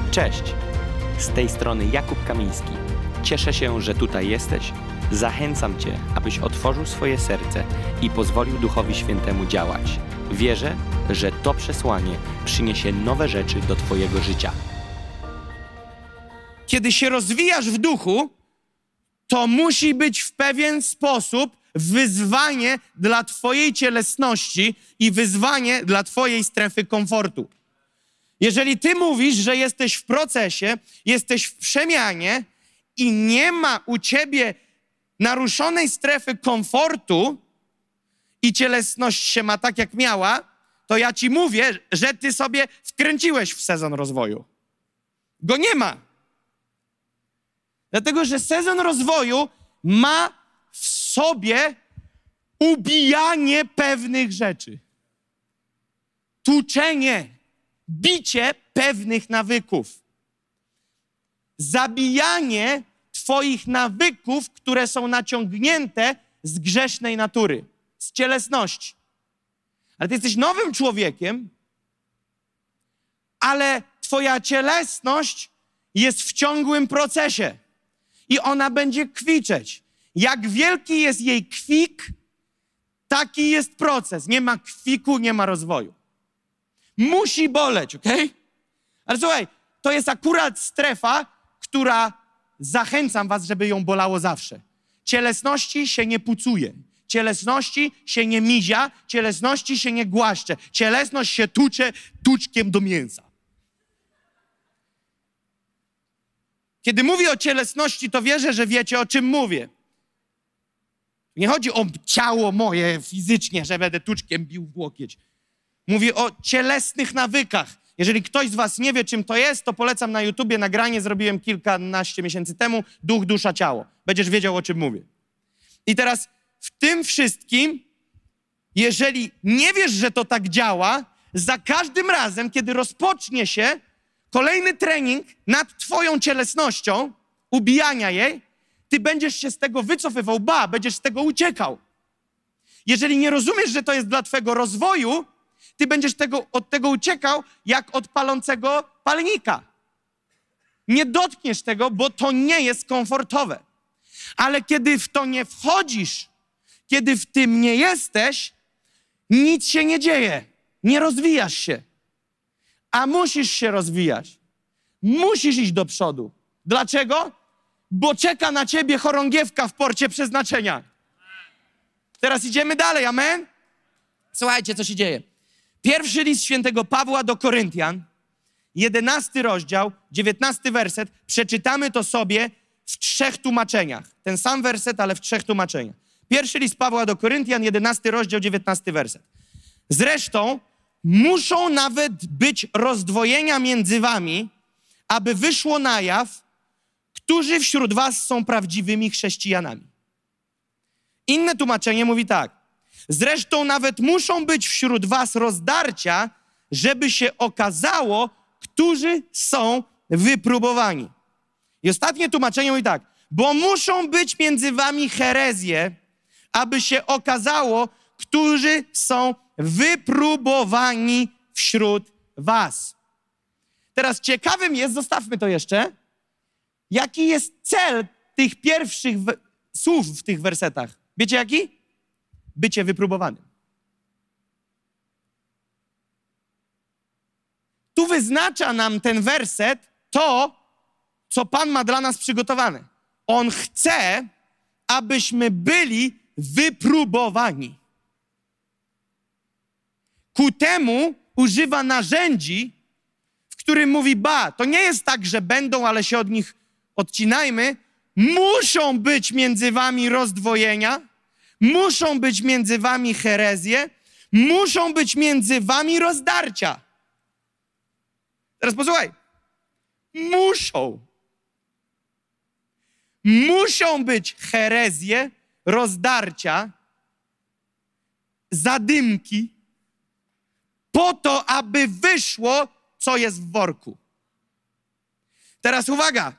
Cześć, z tej strony Jakub Kamiński. Cieszę się, że tutaj jesteś. Zachęcam Cię, abyś otworzył swoje serce i pozwolił Duchowi Świętemu działać. Wierzę, że to przesłanie przyniesie nowe rzeczy do Twojego życia. Kiedy się rozwijasz w duchu, to musi być w pewien sposób wyzwanie dla Twojej cielesności i wyzwanie dla Twojej strefy komfortu. Jeżeli Ty mówisz, że jesteś w procesie, jesteś w przemianie i nie ma u Ciebie naruszonej strefy komfortu i cielesność się ma tak, jak miała, to ja Ci mówię, że Ty sobie wkręciłeś w sezon rozwoju. Go nie ma. Dlatego, że sezon rozwoju ma w sobie ubijanie pewnych rzeczy. Tłuczenie, bicie pewnych nawyków. Zabijanie Twoich nawyków, które są naciągnięte z grzesznej natury, z cielesności. Ale Ty jesteś nowym człowiekiem, ale Twoja cielesność jest w ciągłym procesie i ona będzie kwiczeć. Jak wielki jest jej kwik, taki jest proces. Nie ma kwiku, nie ma rozwoju. Musi boleć, okej? Ale słuchaj, to jest akurat strefa, która zachęcam was, żeby ją bolało zawsze. Cielesności się nie pucuje. Cielesności się nie mizia. Cielesności się nie głaszcze. Cielesność się tucze tuczkiem do mięsa. Kiedy mówię o cielesności, to wierzę, że wiecie, o czym mówię. Nie chodzi o ciało moje fizycznie, że będę tuczkiem bił w łokieć. Mówię o cielesnych nawykach. Jeżeli ktoś z was nie wie, czym to jest, to polecam na YouTubie nagranie, zrobiłem kilkanaście miesięcy temu, Duch, dusza, ciało. Będziesz wiedział, o czym mówię. I teraz w tym wszystkim, jeżeli nie wiesz, że to tak działa, za każdym razem, kiedy rozpocznie się kolejny trening nad twoją cielesnością, ubijania jej, ty będziesz się z tego wycofywał, będziesz z tego uciekał. Jeżeli nie rozumiesz, że to jest dla twojego rozwoju, ty będziesz od tego uciekał jak od palącego palnika. Nie dotkniesz tego, bo to nie jest komfortowe. Ale kiedy w to nie wchodzisz, kiedy w tym nie jesteś, nic się nie dzieje. Nie rozwijasz się. A musisz się rozwijać. Musisz iść do przodu. Dlaczego? Bo czeka na ciebie chorągiewka w porcie przeznaczenia. Teraz idziemy dalej, amen? Słuchajcie, co się dzieje. Pierwszy list świętego Pawła do Koryntian, 11 rozdział, 19 werset. Przeczytamy to sobie w 3 tłumaczeniach. Ten sam werset, ale w 3 tłumaczeniach. Pierwszy list Pawła do Koryntian, 11 rozdział, 19 werset. Zresztą muszą nawet być rozdwojenia między wami, aby wyszło na jaw, którzy wśród was są prawdziwymi chrześcijanami. Inne tłumaczenie mówi tak. Zresztą nawet muszą być wśród was rozdarcia, żeby się okazało, którzy są wypróbowani. I ostatnie tłumaczenie mówi tak. Bo muszą być między wami herezje, aby się okazało, którzy są wypróbowani wśród was. Teraz ciekawym jest, zostawmy to jeszcze, jaki jest cel tych pierwszych słów w tych wersetach. Wiecie jaki? Bycie wypróbowanym. Tu wyznacza nam ten werset to, co Pan ma dla nas przygotowane. On chce, abyśmy byli wypróbowani. Ku temu używa narzędzi, w którym mówi, to nie jest tak, że będą, ale się od nich odcinajmy. Muszą być między wami rozdwojenia, muszą być między wami herezje, muszą być między wami rozdarcia. Teraz posłuchaj. Muszą być herezje, rozdarcia, zadymki, po to, aby wyszło, co jest w worku. Teraz uwaga.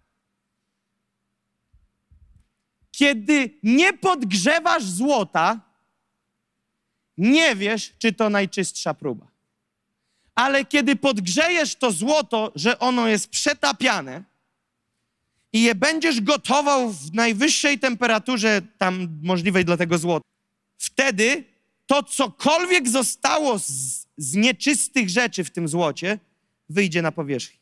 Kiedy nie podgrzewasz złota, nie wiesz, czy to najczystsza próba. Ale kiedy podgrzejesz to złoto, że ono jest przetapiane i je będziesz gotował w najwyższej temperaturze tam możliwej dla tego złota, wtedy to cokolwiek zostało z nieczystych rzeczy w tym złocie wyjdzie na powierzchnię.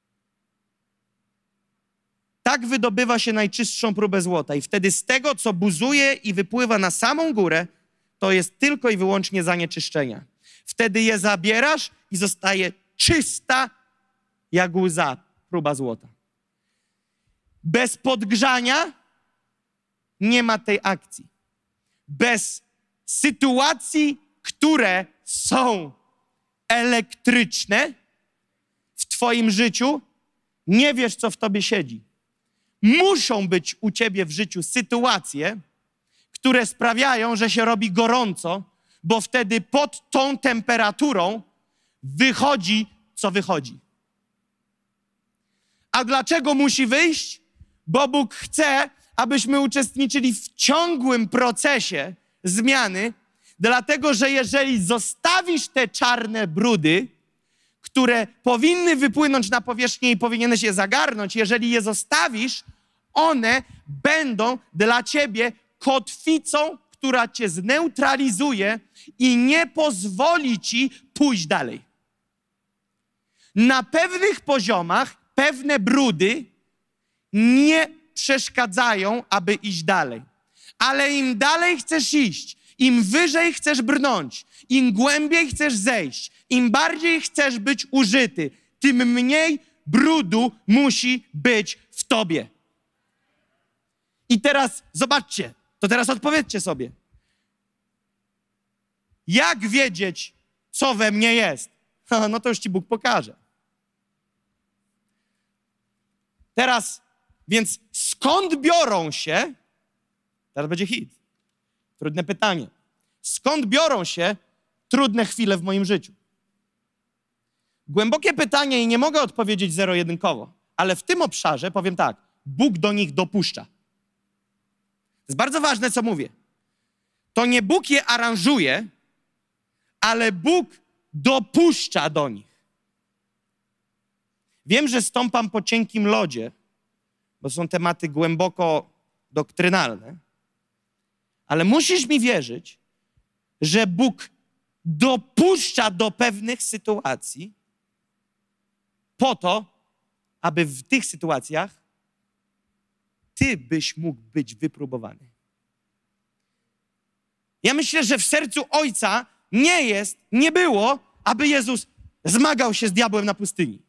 Tak wydobywa się najczystszą próbę złota i wtedy z tego, co buzuje i wypływa na samą górę, to jest tylko i wyłącznie zanieczyszczenia. Wtedy je zabierasz i zostaje czysta jak łza próba złota. Bez podgrzania nie ma tej akcji. Bez sytuacji, które są elektryczne w twoim życiu, nie wiesz, co w tobie siedzi. Muszą być u ciebie w życiu sytuacje, które sprawiają, że się robi gorąco, bo wtedy pod tą temperaturą wychodzi, co wychodzi. A dlaczego musi wyjść? Bo Bóg chce, abyśmy uczestniczyli w ciągłym procesie zmiany, dlatego że jeżeli zostawisz te czarne brudy, które powinny wypłynąć na powierzchnię i powinieneś je zagarnąć, jeżeli je zostawisz, one będą dla ciebie kotwicą, która cię zneutralizuje i nie pozwoli ci pójść dalej. Na pewnych poziomach pewne brudy nie przeszkadzają, aby iść dalej. Ale im dalej chcesz iść, im wyżej chcesz brnąć, im głębiej chcesz zejść, im bardziej chcesz być użyty, tym mniej brudu musi być w tobie. I teraz zobaczcie, to teraz odpowiedzcie sobie. Jak wiedzieć, co we mnie jest? No to już ci Bóg pokaże. Teraz, więc skąd biorą się, teraz będzie hit, trudne pytanie, skąd biorą się trudne chwile w moim życiu? Głębokie pytanie i nie mogę odpowiedzieć zero-jedynkowo, ale w tym obszarze powiem tak, Bóg do nich dopuszcza. To jest bardzo ważne, co mówię. To nie Bóg je aranżuje, ale Bóg dopuszcza do nich. Wiem, że stąpam po cienkim lodzie, bo są tematy głęboko doktrynalne, ale musisz mi wierzyć, że Bóg dopuszcza do pewnych sytuacji po to, aby w tych sytuacjach ty byś mógł być wypróbowany. Ja myślę, że w sercu Ojca nie było, aby Jezus zmagał się z diabłem na pustyni.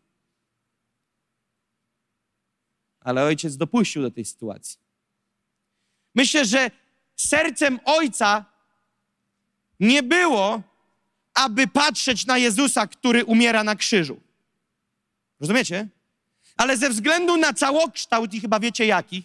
Ale Ojciec dopuścił do tej sytuacji. Myślę, że sercem Ojca nie było, aby patrzeć na Jezusa, który umiera na krzyżu. Rozumiecie? Ale ze względu na całokształt, i chyba wiecie jaki,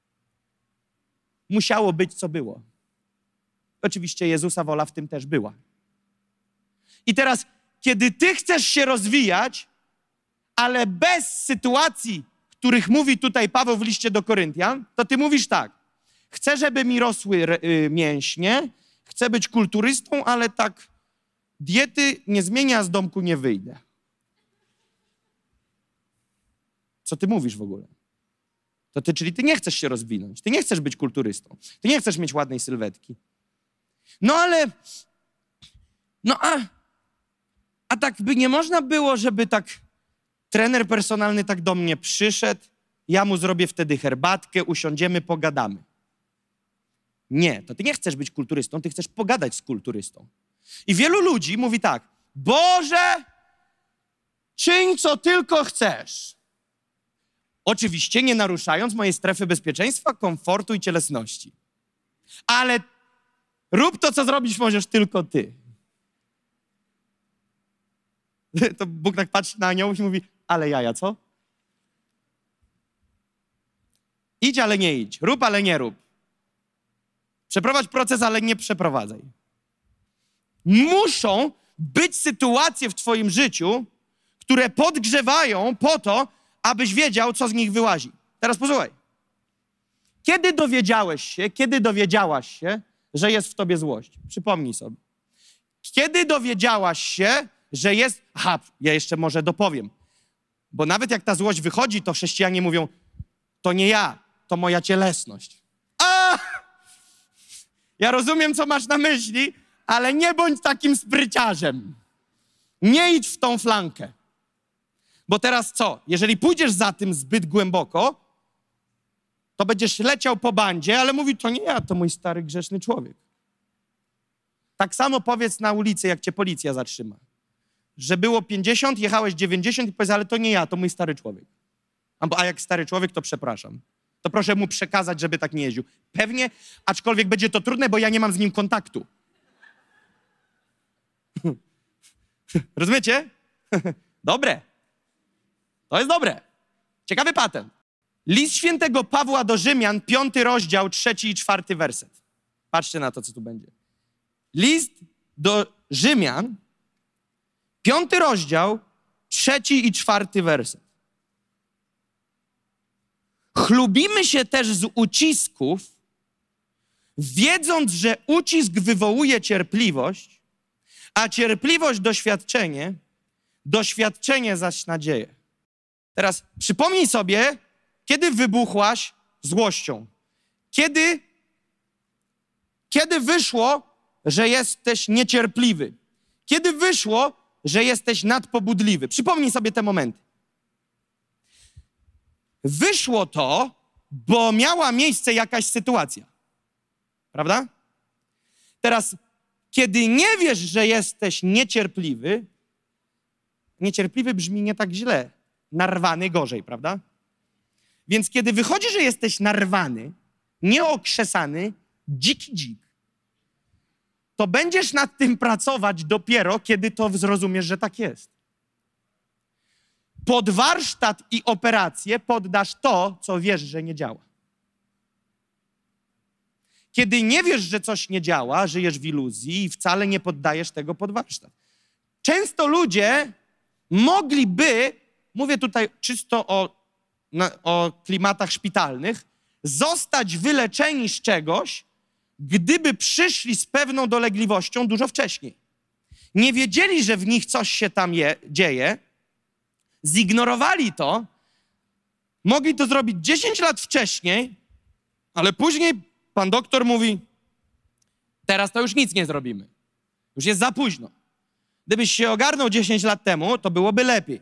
musiało być, co było. Oczywiście Jezusa wola w tym też była. I teraz, kiedy ty chcesz się rozwijać, ale bez sytuacji, których mówi tutaj Paweł w liście do Koryntian, to ty mówisz tak, chcę, żeby mi rosły mięśnie, chcę być kulturystą, ale tak diety nie zmienię, a z domku nie wyjdę. Co ty mówisz w ogóle? Czyli ty nie chcesz się rozwinąć, ty nie chcesz być kulturystą, ty nie chcesz mieć ładnej sylwetki. No ale, a tak by nie można było, żeby tak trener personalny tak do mnie przyszedł, ja mu zrobię wtedy herbatkę, usiądziemy, pogadamy. Nie, to ty nie chcesz być kulturystą, ty chcesz pogadać z kulturystą. I wielu ludzi mówi tak, Boże, czyń co tylko chcesz. Oczywiście nie naruszając mojej strefy bezpieczeństwa, komfortu i cielesności. Ale rób to, co zrobić możesz tylko ty. To Bóg tak patrzy na aniołów i mówi, ale jaja, co? Idź, ale nie idź. Rób, ale nie rób. Przeprowadź proces, ale nie przeprowadzaj. Muszą być sytuacje w twoim życiu, które podgrzewają po to, abyś wiedział, co z nich wyłazi. Teraz posłuchaj. Kiedy dowiedziałaś się, że jest w tobie złość? Przypomnij sobie. Kiedy dowiedziałaś się, że jest... Aha, ja jeszcze może dopowiem. Bo nawet jak ta złość wychodzi, to chrześcijanie mówią, to nie ja, to moja cielesność. A! Ja rozumiem, co masz na myśli, ale nie bądź takim spryciarzem. Nie idź w tą flankę. Bo teraz co? Jeżeli pójdziesz za tym zbyt głęboko, to będziesz leciał po bandzie, ale mówi, to nie ja, to mój stary grzeszny człowiek. Tak samo powiedz na ulicy, jak cię policja zatrzyma. Że było 50, jechałeś 90 i powiedz, ale to nie ja, to mój stary człowiek. A jak stary człowiek, to przepraszam. To proszę mu przekazać, żeby tak nie jeździł. Pewnie, aczkolwiek będzie to trudne, bo ja nie mam z nim kontaktu. Rozumiecie? Dobre. To jest dobre. Ciekawy patent. List świętego Pawła do Rzymian, 5 rozdział, 3 i 4 werset. Patrzcie na to, co tu będzie. List do Rzymian, 5 rozdział, 3 i 4 werset. Chlubimy się też z ucisków, wiedząc, że ucisk wywołuje cierpliwość, a cierpliwość doświadczenie, doświadczenie zaś nadzieję. Teraz przypomnij sobie, kiedy wybuchłaś złością. Kiedy wyszło, że jesteś niecierpliwy. Kiedy wyszło, że jesteś nadpobudliwy. Przypomnij sobie te momenty. Wyszło to, bo miała miejsce jakaś sytuacja. Prawda? Teraz, kiedy nie wiesz, że jesteś niecierpliwy, niecierpliwy brzmi nie tak źle. Narwany gorzej, prawda? Więc kiedy wychodzi, że jesteś narwany, nieokrzesany, dziki dzik, to będziesz nad tym pracować dopiero, kiedy to zrozumiesz, że tak jest. Pod warsztat i operację poddasz to, co wiesz, że nie działa. Kiedy nie wiesz, że coś nie działa, żyjesz w iluzji i wcale nie poddajesz tego pod warsztat. Często ludzie mogliby, mówię tutaj czysto o klimatach szpitalnych, zostać wyleczeni z czegoś, gdyby przyszli z pewną dolegliwością dużo wcześniej. Nie wiedzieli, że w nich coś się tam dzieje, zignorowali to, mogli to zrobić 10 lat wcześniej, ale później pan doktor mówi, teraz to już nic nie zrobimy. Już jest za późno. Gdybyś się ogarnął 10 lat temu, to byłoby lepiej.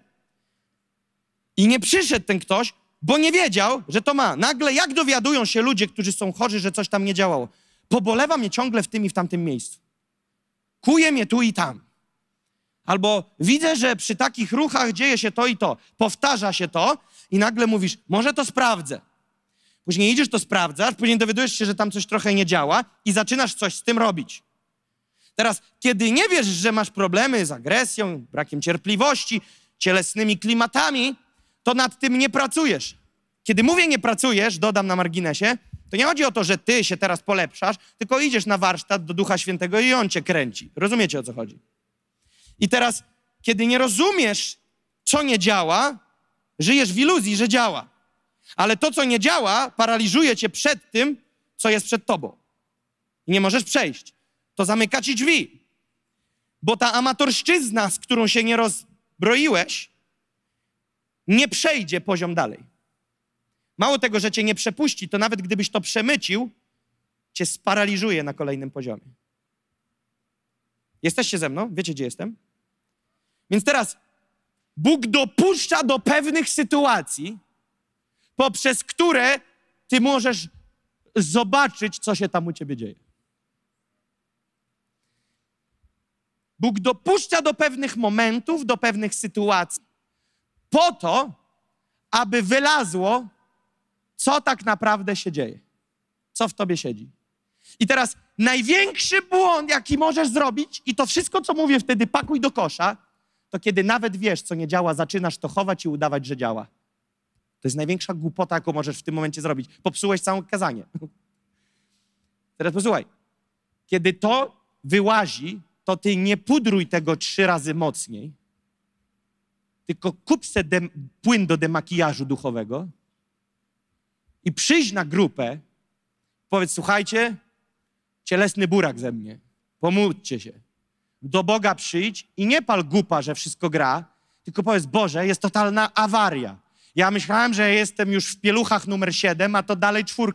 I nie przyszedł ten ktoś, bo nie wiedział, że to ma. Nagle jak dowiadują się ludzie, którzy są chorzy, że coś tam nie działało? Pobolewa mnie ciągle w tym i w tamtym miejscu. Kuje mnie tu i tam. Albo widzę, że przy takich ruchach dzieje się to i to. Powtarza się to i nagle mówisz, może to sprawdzę. Później idziesz, to sprawdzasz, później dowiadujesz się, że tam coś trochę nie działa i zaczynasz coś z tym robić. Teraz, kiedy nie wiesz, że masz problemy z agresją, brakiem cierpliwości, cielesnymi klimatami, to nad tym nie pracujesz. Kiedy mówię nie pracujesz, dodam na marginesie, to nie chodzi o to, że ty się teraz polepszasz, tylko idziesz na warsztat do Ducha Świętego i On cię kręci. Rozumiecie, o co chodzi? I teraz, kiedy nie rozumiesz, co nie działa, żyjesz w iluzji, że działa. Ale to, co nie działa, paraliżuje cię przed tym, co jest przed tobą. I nie możesz przejść. To zamyka ci drzwi. Bo ta amatorszczyzna, z którą się nie rozbroiłeś, nie przejdzie poziom dalej. Mało tego, że cię nie przepuści, to nawet gdybyś to przemycił, cię sparaliżuje na kolejnym poziomie. Jesteście ze mną? Wiecie, gdzie jestem? Więc teraz Bóg dopuszcza do pewnych sytuacji, poprzez które ty możesz zobaczyć, co się tam u ciebie dzieje. Bóg dopuszcza do pewnych momentów, do pewnych sytuacji, po to, aby wylazło, co tak naprawdę się dzieje. Co w tobie siedzi. I teraz największy błąd, jaki możesz zrobić, i to wszystko, co mówię wtedy, pakuj do kosza, to kiedy nawet wiesz, co nie działa, zaczynasz to chować i udawać, że działa. To jest największa głupota, jaką możesz w tym momencie zrobić. Popsułeś całe kazanie. Teraz posłuchaj. Kiedy to wyłazi, to ty nie pudruj tego 3 razy mocniej, tylko kup se płyn do demakijażu duchowego i przyjdź na grupę, powiedz, słuchajcie, cielesny burak ze mnie, pomódźcie się. do Boga przyjdź i nie pal gupa, że wszystko gra, tylko powiedz, Boże, jest totalna awaria. Ja myślałem, że jestem już w pieluchach numer 7, a to dalej 4.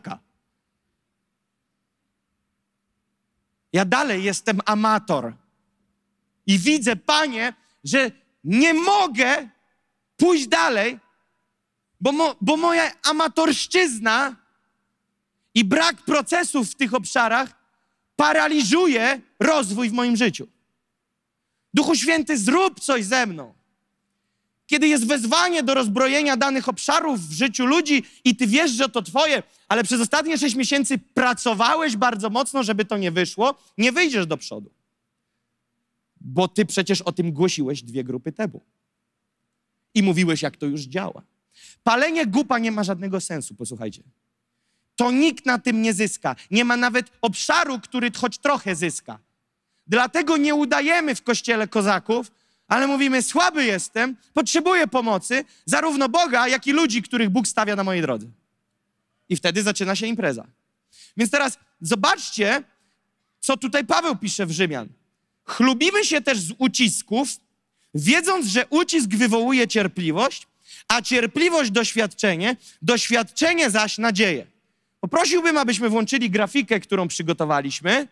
Ja dalej jestem amator. I widzę, Panie, że nie mogę pójść dalej, bo moja amatorszczyzna i brak procesów w tych obszarach paraliżuje rozwój w moim życiu. Duchu Święty, zrób coś ze mną. Kiedy jest wezwanie do rozbrojenia danych obszarów w życiu ludzi i ty wiesz, że to twoje, ale przez ostatnie 6 miesięcy pracowałeś bardzo mocno, żeby to nie wyszło, nie wyjdziesz do przodu. Bo ty przecież o tym głosiłeś 2 grupy temu. I mówiłeś, jak to już działa. Palenie gupa nie ma żadnego sensu, posłuchajcie. To nikt na tym nie zyska. Nie ma nawet obszaru, który choć trochę zyska. Dlatego nie udajemy w kościele kozaków, ale mówimy, słaby jestem, potrzebuję pomocy, zarówno Boga, jak i ludzi, których Bóg stawia na mojej drodze. I wtedy zaczyna się impreza. Więc teraz zobaczcie, co tutaj Paweł pisze w Rzymian. Chlubimy się też z ucisków, wiedząc, że ucisk wywołuje cierpliwość, a cierpliwość doświadczenie, doświadczenie zaś nadzieję. Poprosiłbym, abyśmy włączyli grafikę, którą przygotowaliśmy.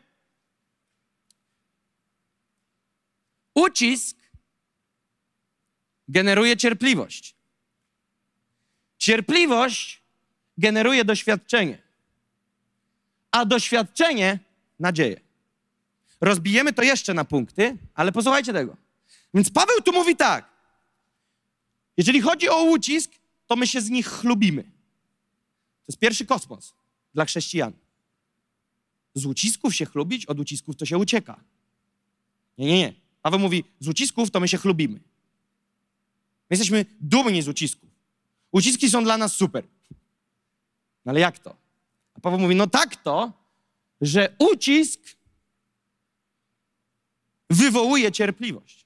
Ucisk generuje cierpliwość. Cierpliwość generuje doświadczenie, a doświadczenie nadzieję. Rozbijemy to jeszcze na punkty, ale posłuchajcie tego. Więc Paweł tu mówi tak. Jeżeli chodzi o ucisk, to my się z nich chlubimy. To jest pierwszy kosmos dla chrześcijan. Z ucisków się chlubić, od ucisków to się ucieka. Nie. Paweł mówi, z ucisków to my się chlubimy. My jesteśmy dumni z ucisków. Uciski są dla nas super. No ale jak to? A Paweł mówi, no tak to, że ucisk wywołuje cierpliwość.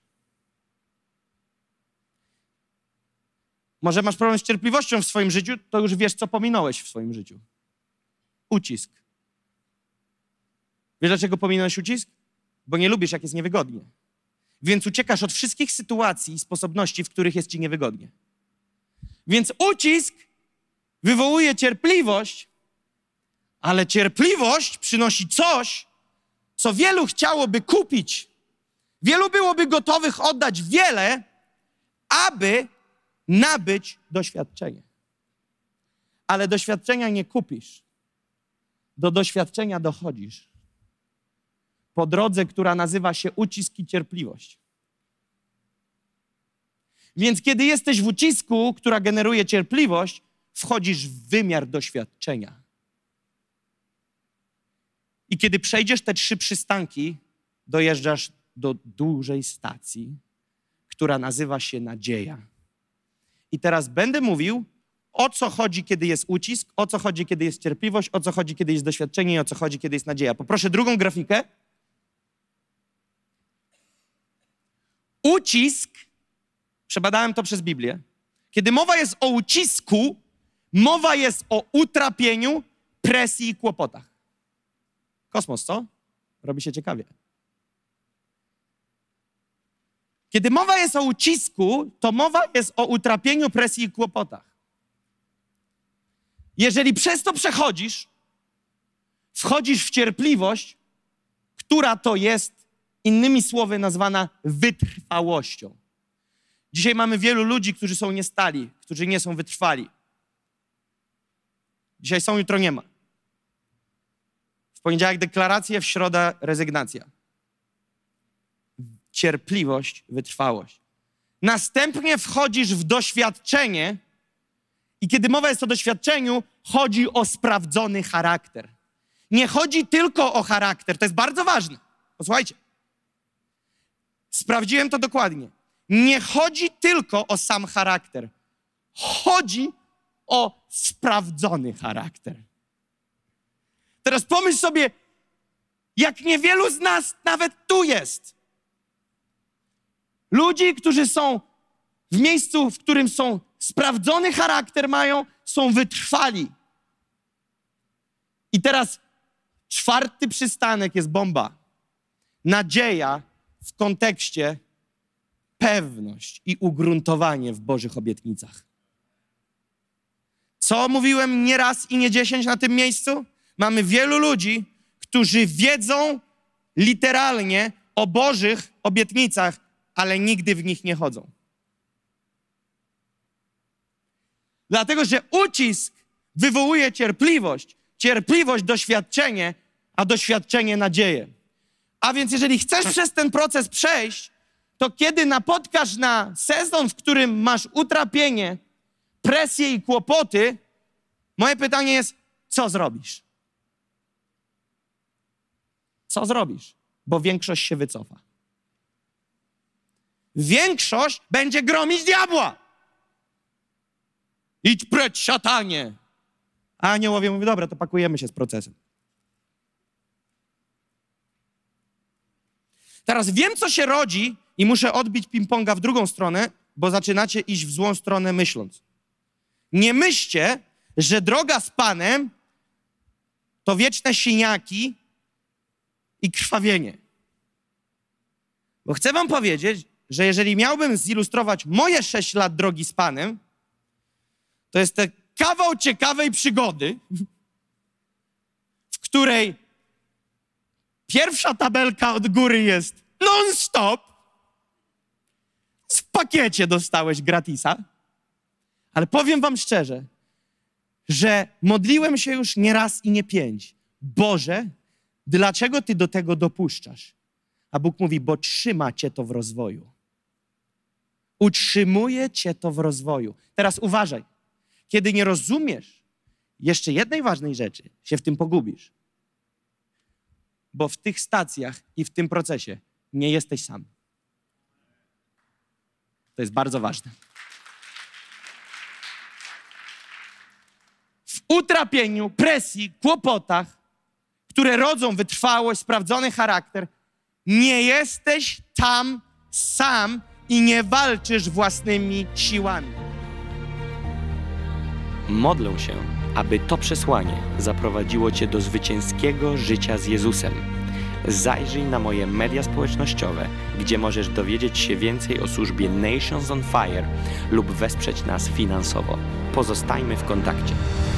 Może masz problem z cierpliwością w swoim życiu, to już wiesz, co pominąłeś w swoim życiu. Ucisk. Wiesz, dlaczego pominąłeś ucisk? Bo nie lubisz, jak jest niewygodnie. Więc uciekasz od wszystkich sytuacji i sposobności, w których jest ci niewygodnie. Więc ucisk wywołuje cierpliwość, ale cierpliwość przynosi coś, co wielu chciałoby kupić. Wielu byłoby gotowych oddać wiele, aby nabyć doświadczenie. Ale doświadczenia nie kupisz. Do doświadczenia dochodzisz. Po drodze, która nazywa się ucisk i cierpliwość. Więc kiedy jesteś w ucisku, która generuje cierpliwość, wchodzisz w wymiar doświadczenia. I kiedy przejdziesz te 3 przystanki, dojeżdżasz do dużej stacji, która nazywa się nadzieja. I teraz będę mówił, o co chodzi, kiedy jest ucisk, o co chodzi, kiedy jest cierpliwość, o co chodzi, kiedy jest doświadczenie i o co chodzi, kiedy jest nadzieja. Poproszę drugą grafikę. Ucisk, przebadałem to przez Biblię, kiedy mowa jest o ucisku, mowa jest o utrapieniu, presji i kłopotach. Kosmos, co? Robi się ciekawie. Kiedy mowa jest o ucisku, to mowa jest o utrapieniu, presji i kłopotach. Jeżeli przez to przechodzisz, wchodzisz w cierpliwość, która to jest, innymi słowy, nazwana wytrwałością. Dzisiaj mamy wielu ludzi, którzy są niestali, którzy nie są wytrwali. Dzisiaj są, jutro nie ma. W poniedziałek deklaracje, w środę rezygnacja. Cierpliwość, wytrwałość. Następnie wchodzisz w doświadczenie i kiedy mowa jest o doświadczeniu, chodzi o sprawdzony charakter. Nie chodzi tylko o charakter, to jest bardzo ważne. Posłuchajcie. Sprawdziłem to dokładnie. Nie chodzi tylko o sam charakter. Chodzi o sprawdzony charakter. Teraz pomyśl sobie, jak niewielu z nas nawet tu jest. Ludzi, którzy są w miejscu, w którym są sprawdzony charakter mają, są wytrwali. I teraz 4. przystanek jest bomba. Nadzieja w kontekście pewność i ugruntowanie w Bożych obietnicach. Co mówiłem nie raz i nie 10 na tym miejscu? Mamy wielu ludzi, którzy wiedzą literalnie o Bożych obietnicach, ale nigdy w nich nie chodzą. Dlatego, że ucisk wywołuje cierpliwość, cierpliwość doświadczenie, a doświadczenie nadzieję. A więc jeżeli chcesz przez ten proces przejść, to kiedy napotkasz na sezon, w którym masz utrapienie, presję i kłopoty, moje pytanie jest, co zrobisz? Co zrobisz? Bo większość się wycofa. Większość będzie gromić diabła. Idź precz, szatanie. A aniołowie mówią, dobra, to pakujemy się z procesem. Teraz wiem, co się rodzi i muszę odbić ping-ponga w drugą stronę, bo zaczynacie iść w złą stronę myśląc. Nie myślcie, że droga z Panem to wieczne siniaki i krwawienie. Bo chcę wam powiedzieć, że jeżeli miałbym zilustrować moje 6 lat drogi z Panem, to jest to kawał ciekawej przygody, w której pierwsza tabelka od góry jest non-stop, w pakiecie dostałeś gratisa, ale powiem wam szczerze, że modliłem się już nie raz i nie 5. Boże, dlaczego Ty do tego dopuszczasz? A Bóg mówi, bo trzyma Cię to w rozwoju. Utrzymuje Cię to w rozwoju. Teraz uważaj, kiedy nie rozumiesz jeszcze jednej ważnej rzeczy, się w tym pogubisz. Bo w tych stacjach i w tym procesie nie jesteś sam. To jest bardzo ważne. W utrapieniu, presji, kłopotach, które rodzą wytrwałość, sprawdzony charakter, nie jesteś tam sam i nie walczysz własnymi siłami. Modlę się, aby to przesłanie zaprowadziło Cię do zwycięskiego życia z Jezusem. Zajrzyj na moje media społecznościowe, gdzie możesz dowiedzieć się więcej o służbie Nations on Fire lub wesprzeć nas finansowo. Pozostajmy w kontakcie.